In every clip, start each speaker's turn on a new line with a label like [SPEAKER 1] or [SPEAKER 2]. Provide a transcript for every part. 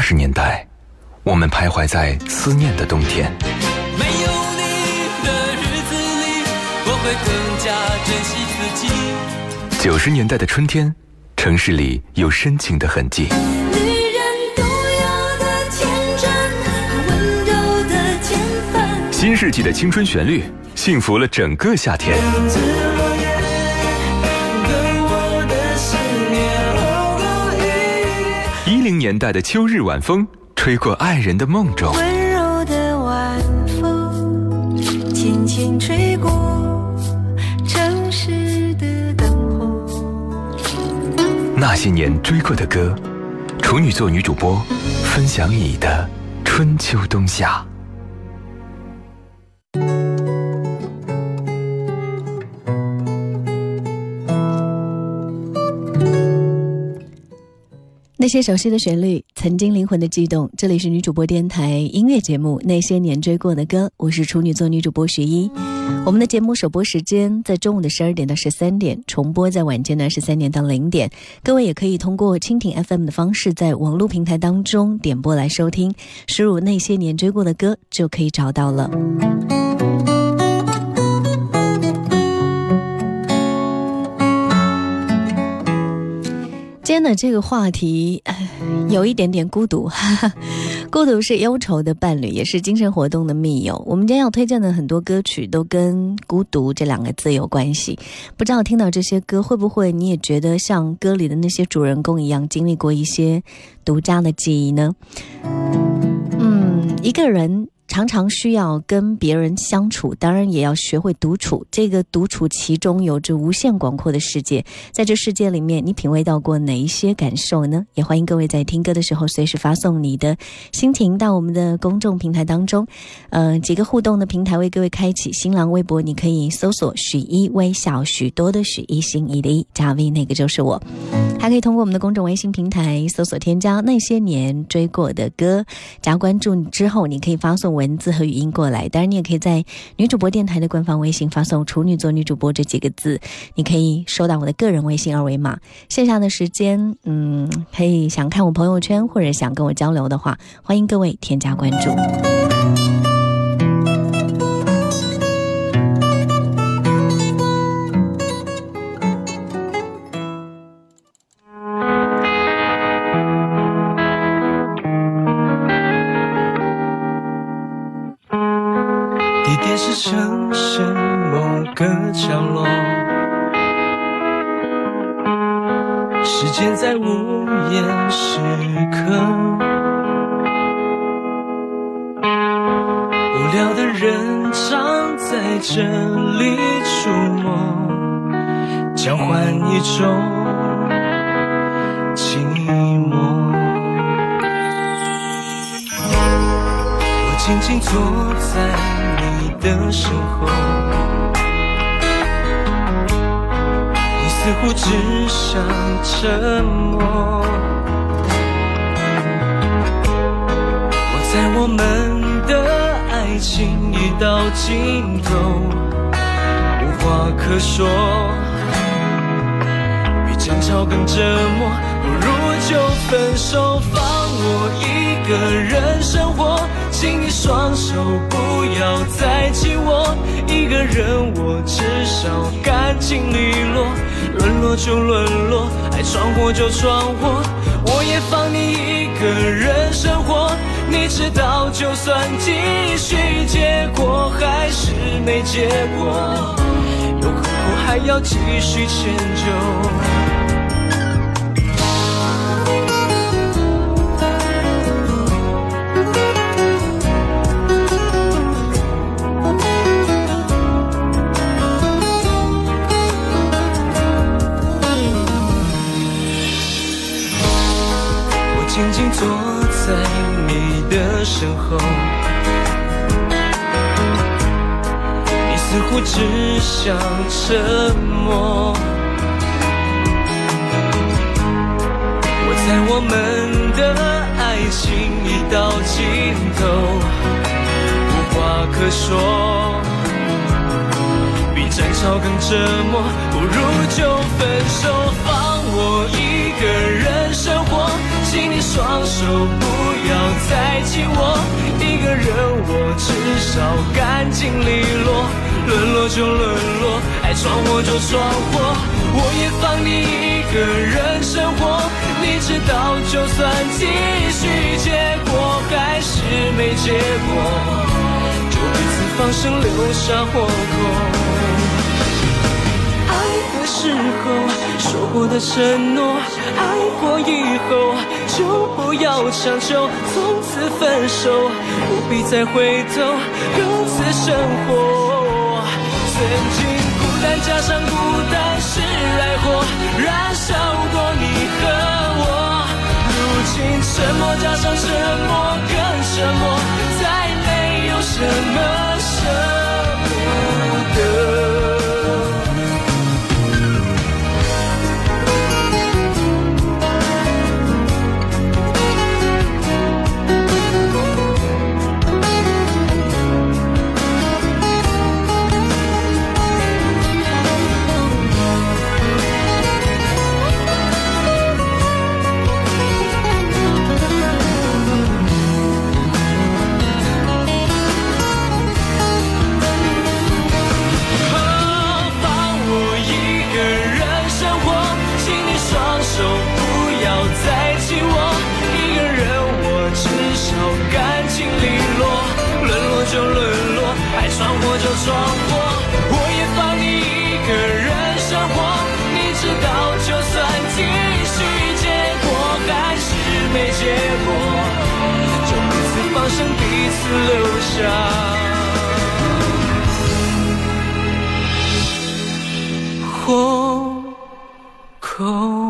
[SPEAKER 1] 80年代，我们徘徊在思念的冬天。
[SPEAKER 2] 没有你的日子里，我会更加珍惜自己。
[SPEAKER 1] 90年代的春天，城市里有深情的痕迹。
[SPEAKER 3] 女人都有的天真，温柔的天分。
[SPEAKER 1] 新世纪的青春旋律，幸福了整个夏天。10年代的秋日晚风，吹过爱人的梦中。
[SPEAKER 3] 温柔的晚风，轻轻吹过城市的灯火。
[SPEAKER 1] 那些年追过的歌，处女座女主播分享你的春秋冬夏。
[SPEAKER 4] 那些熟悉的旋律，曾经灵魂的悸动。这里是女主播电台音乐节目《那些年追过的歌》，我是处女座女主播徐一。我们的节目首播时间在中午的12点到13点，重播在晚间的23点到0点。各位也可以通过蜻蜓 FM 的方式，在网络平台当中点播来收听，输入那些年追过的歌就可以找到了。今天的这个话题有一点点孤独，孤独是忧愁的伴侣，也是精神活动的密友。我们今天要推荐的很多歌曲都跟孤独这2个字有关系。不知道听到这些歌，会不会你也觉得像歌里的那些主人公一样，经历过一些独家的记忆呢？一个人常常需要跟别人相处，当然也要学会独处。这个独处其中有着无限广阔的世界，在这世界里面，你品味到过哪一些感受呢？也欢迎各位在听歌的时候随时发送你的心情到我们的公众平台当中。几个互动的平台为各位开启。新浪微博你可以搜索许一微笑，许多的许，一心一的一，加 V 那个就是我。还可以通过我们的公众微信平台搜索添加那些年追过的歌，加关注之后你可以发送文字和语音过来。当然你也可以在女主播电台的官方微信发送处女座女主播这几个字，你可以收到我的个人微信二维码。线下的时间可以想看我朋友圈或者想跟我交流的话，欢迎各位添加关注。
[SPEAKER 2] 地点是城市某个角落，时间在午夜时刻，无聊的人常在这里出没，交换一种寂寞。我静静坐在你的身后，你似乎只想沉默。我在我们的爱情已到尽头，无话可说，比争吵更折磨，不如就分手，放我一个人生活。请你双手不要再紧握，一个人我至少干净利落，沦落就沦落，爱闯祸就闯祸，我也放你一个人生活。你知道就算继续，结果还是没结果，又何苦还要继续迁就。静静坐在你的身后，你似乎只想沉默。我在我们的爱情已到尽头，无话可说，比争吵更折磨，不如就分手，放我一个人生活。请你双手不再起我。一个人我至少干净利落，沦落就沦落，爱闯祸就闯祸，我也放你一个人生活。你知道就算继续，结果还是没结果，就彼此放生留下活口。爱的时候说过的承诺，爱过以后就不要强求，从此分手，不必再回头，各自生活。曾经孤单加上孤单是爱火，燃烧过你和我。如今沉默加上沉默更沉默，再没有什么舍不得。闯祸，我也放你一个人生活。你知道就算继续，结果还是没结果，就彼此放生，彼此留下活口。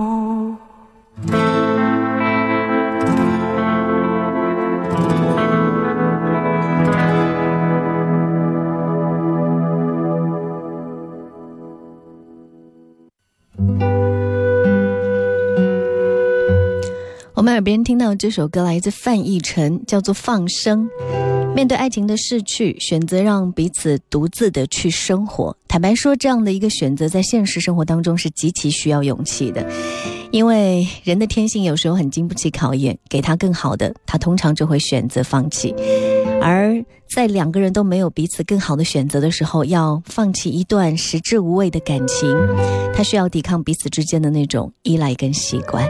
[SPEAKER 4] 我们耳边听到这首歌来自范逸臣，叫做《放生》。面对爱情的逝去，选择让彼此独自的去生活。坦白说，这样的一个选择在现实生活当中是极其需要勇气的，因为人的天性有时候很经不起考验，给他更好的，他通常就会选择放弃。而在两个人都没有彼此更好的选择的时候，要放弃一段食之无味的感情，他需要抵抗彼此之间的那种依赖跟习惯。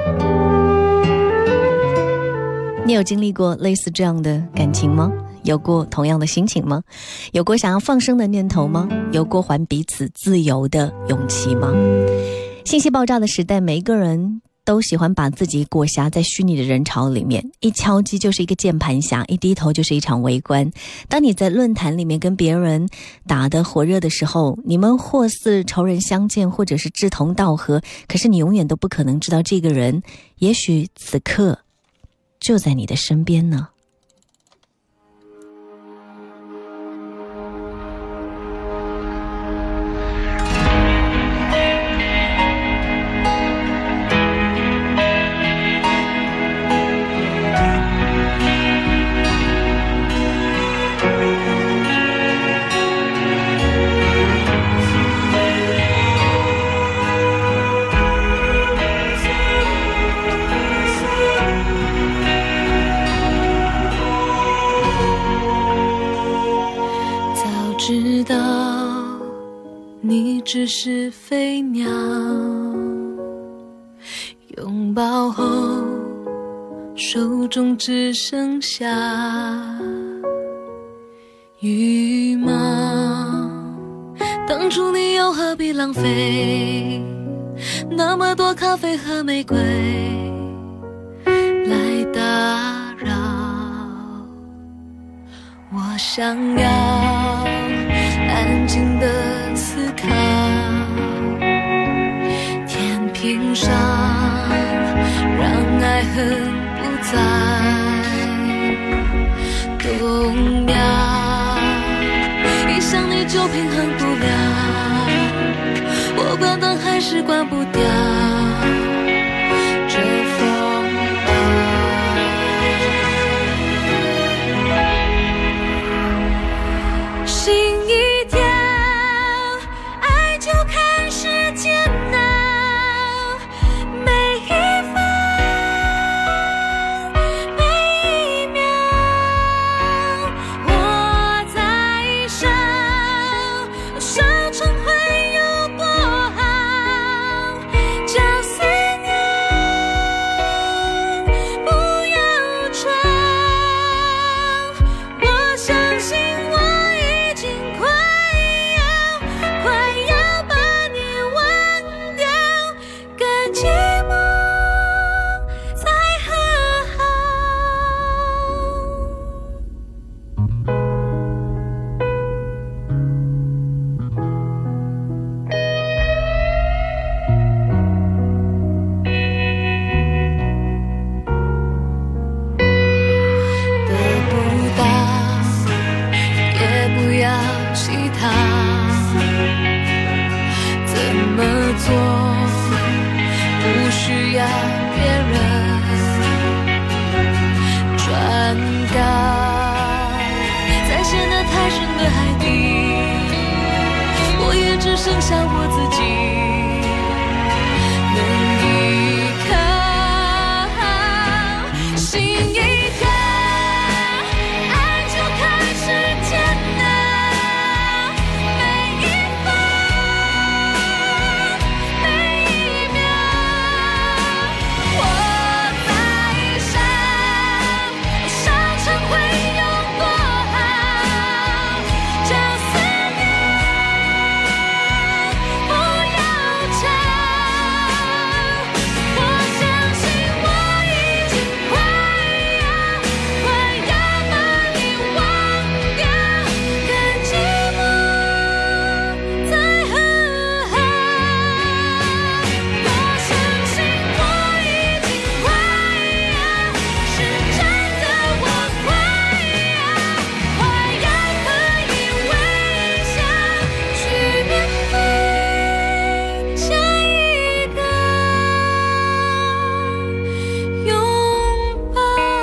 [SPEAKER 4] 你有经历过类似这样的感情吗？有过同样的心情吗？有过想要放生的念头吗？有过还彼此自由的勇气吗？信息爆炸的时代，每一个人都喜欢把自己裹挟在虚拟的人潮里面，一敲击就是一个键盘侠，一低头就是一场围观。当你在论坛里面跟别人打得火热的时候，你们或似仇人相见，或者是志同道合，可是你永远都不可能知道这个人也许此刻就在你的身边呢。
[SPEAKER 3] 知道你只是飞鸟，拥抱后手中只剩下羽毛。当初你又何必浪费那么多咖啡和玫瑰来打扰？我想要安静的思考，天平上让爱恨不再动摇，一想你就平衡不了，我关灯还是关不掉这风暴。心一跳，爱就开始煎熬，每一分每一秒高，在陷得太深的海底，我也只剩下我自己能依靠。心一横，爱就开始煎熬，每一分每一秒，我在想，上场会有多好，将思念不要吵。我相信我已经快要把你忘掉，更寂寞在和好。我相信我已经快要是真的，我快要可以微笑去面对下一个拥抱。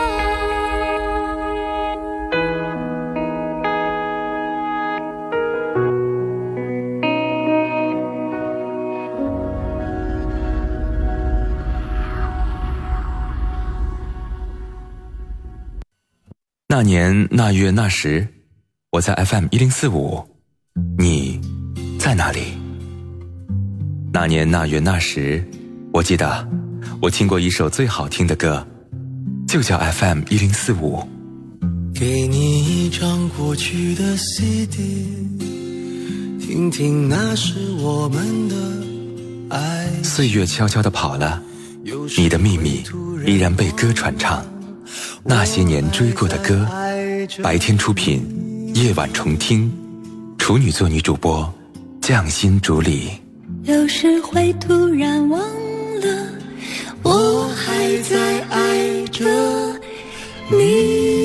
[SPEAKER 1] 那年那月那时，我在 FM1045，你在哪里？那年那月那时，我记得我听过一首最好听的歌，就叫 FM1045。
[SPEAKER 2] 给你一张过去的 CD， 听听那是我们的爱。
[SPEAKER 1] 岁月悄悄地跑了，你的秘密依然被歌传唱。那些年追过的歌，白天出品，夜晚重听。处女座女主播，匠心主理。
[SPEAKER 3] 有时会突然忘了，我还在爱着你。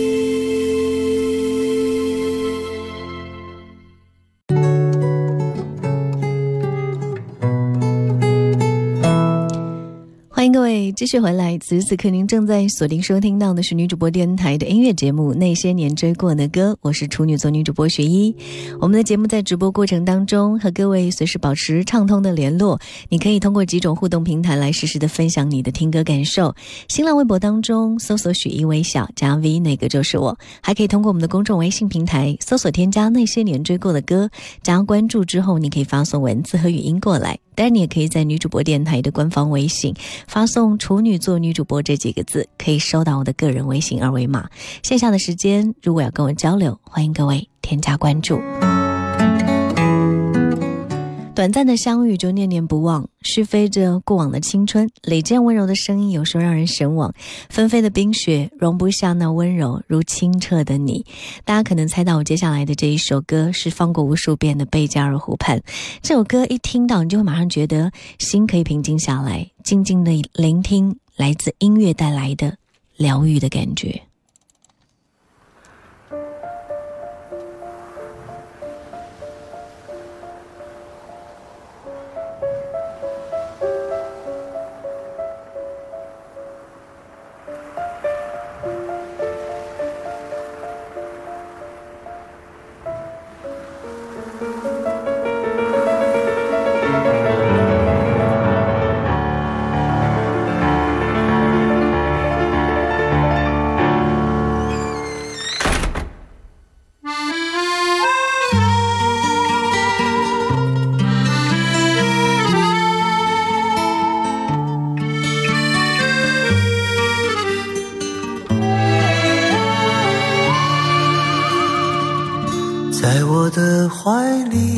[SPEAKER 4] 欢迎各位继续回来，此时此刻您正在锁定收听到的是女主播电台的音乐节目《那些年追过的歌》，我是处女座女主播雪一。我们的节目在直播过程当中和各位随时保持畅通的联络，你可以通过几种互动平台来实时的分享你的听歌感受。新浪微博当中搜索雪一微笑加 V， 那个就是我。还可以通过我们的公众微信平台搜索添加那些年追过的歌，加关注之后你可以发送文字和语音过来。当然你也可以在女主播电台的官方微信发送处女座女主播这几个字，可以收到我的个人微信二维码。线下的时间如果要跟我交流，欢迎各位添加关注。短暂的相遇就念念不忘，续飞着过往的青春，累见温柔的声音有时候让人神往，纷飞的冰雪容不下那温柔如清澈的你。大家可能猜到我接下来的这一首歌是放过无数遍的贝加尔湖畔。这首歌一听到你就会马上觉得心可以平静下来，静静的聆听来自音乐带来的疗愈的感觉。
[SPEAKER 2] 在我的怀里，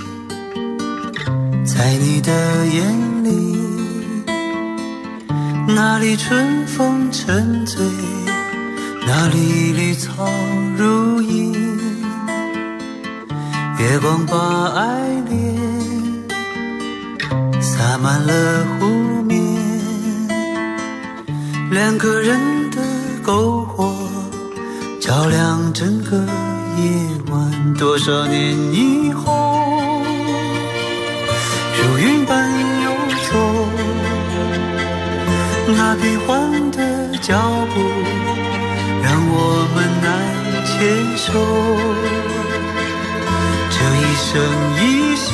[SPEAKER 2] 在你的眼里，那里春风沉醉，那里绿草如茵，月光把爱恋洒满了湖面，两个人的篝火照亮整个夜晚。多少年以后，如云般游走，那变幻的脚步让我
[SPEAKER 5] 手，这一生一世，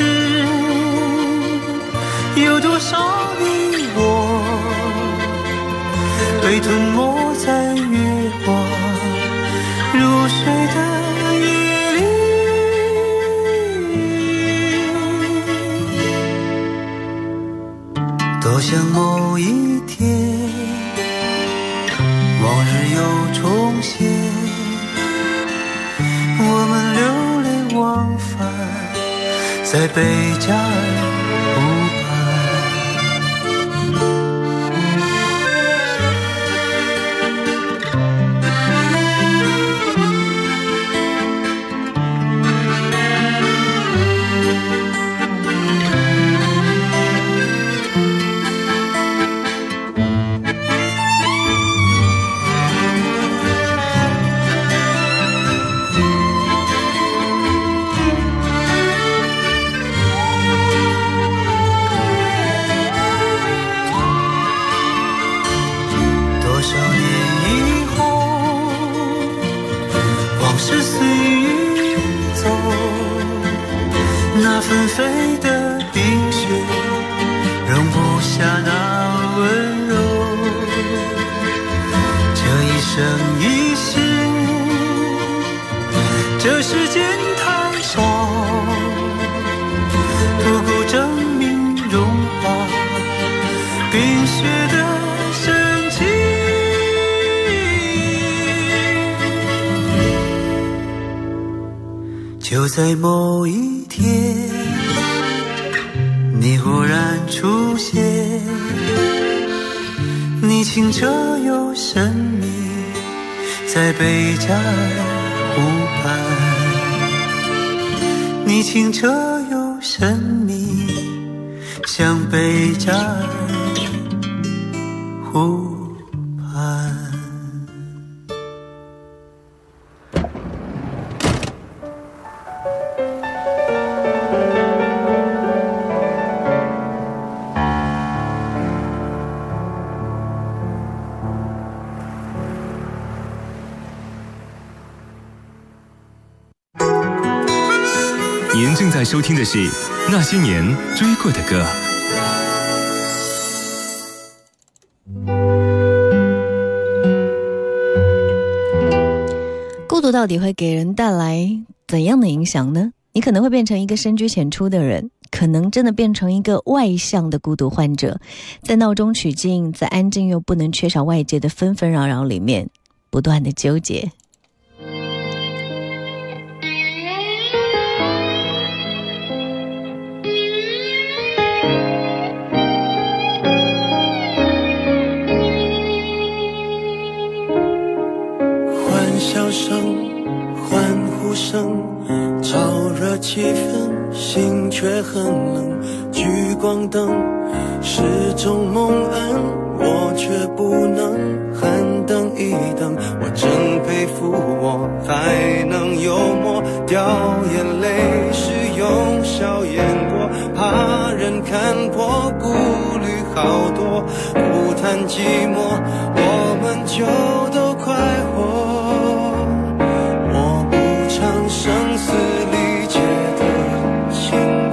[SPEAKER 5] 有多少你我被吞没在月光如水的夜里。多想某一天往日又重现，我们流连忘返在贝加尔湖畔。纷飞的冰雪容不下那温柔，这一生一世，这世间太少，不够证明融化冰雪的神奇。就在某一天，你忽然出现，你清澈又神秘，在贝加尔湖畔。你清澈又神秘，像贝加尔湖畔。
[SPEAKER 1] 您正在收听的是那些年追过的歌。
[SPEAKER 4] 孤独到底会给人带来怎样的影响呢？你可能会变成一个深居浅出的人，可能真的变成一个外向的孤独患者，在闹中取静，在安静又不能缺少外界的纷纷扰扰里面不断的纠结。
[SPEAKER 5] 笑声，欢呼声，燥热气氛，心却很冷。聚光灯是种蒙恩，我却不能喊等一等。我真佩服我还能幽默，掉眼泪是用笑掩过，怕人看破，顾虑好多，不谈寂寞，我们就都快活。生死离结的情歌，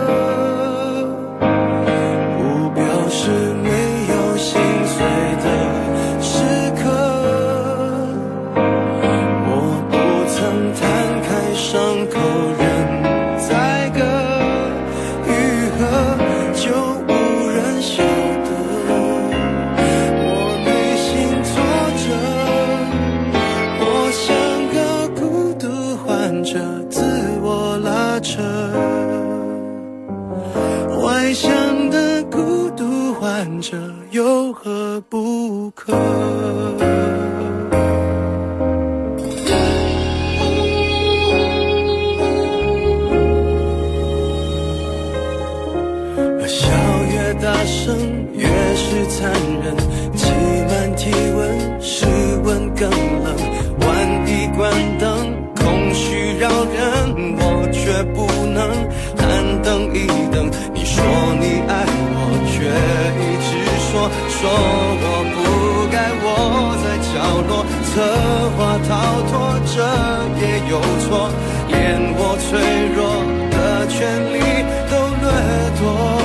[SPEAKER 5] 不表示没有心碎的时刻。我不曾摊开伤口任宰割，愈合就无人晓得。我内心挫折，我像个孤独患者，自我拉扯，外向的孤独患者有何不可？笑越大声越是残忍，挤满体温，室温更冷，万一关灯，空虚扰人，我却不能喊等一等。你说你爱我，却一直说我不该窝在角落，侧的话逃脱，这也有错，连我脆弱的权利都掠夺。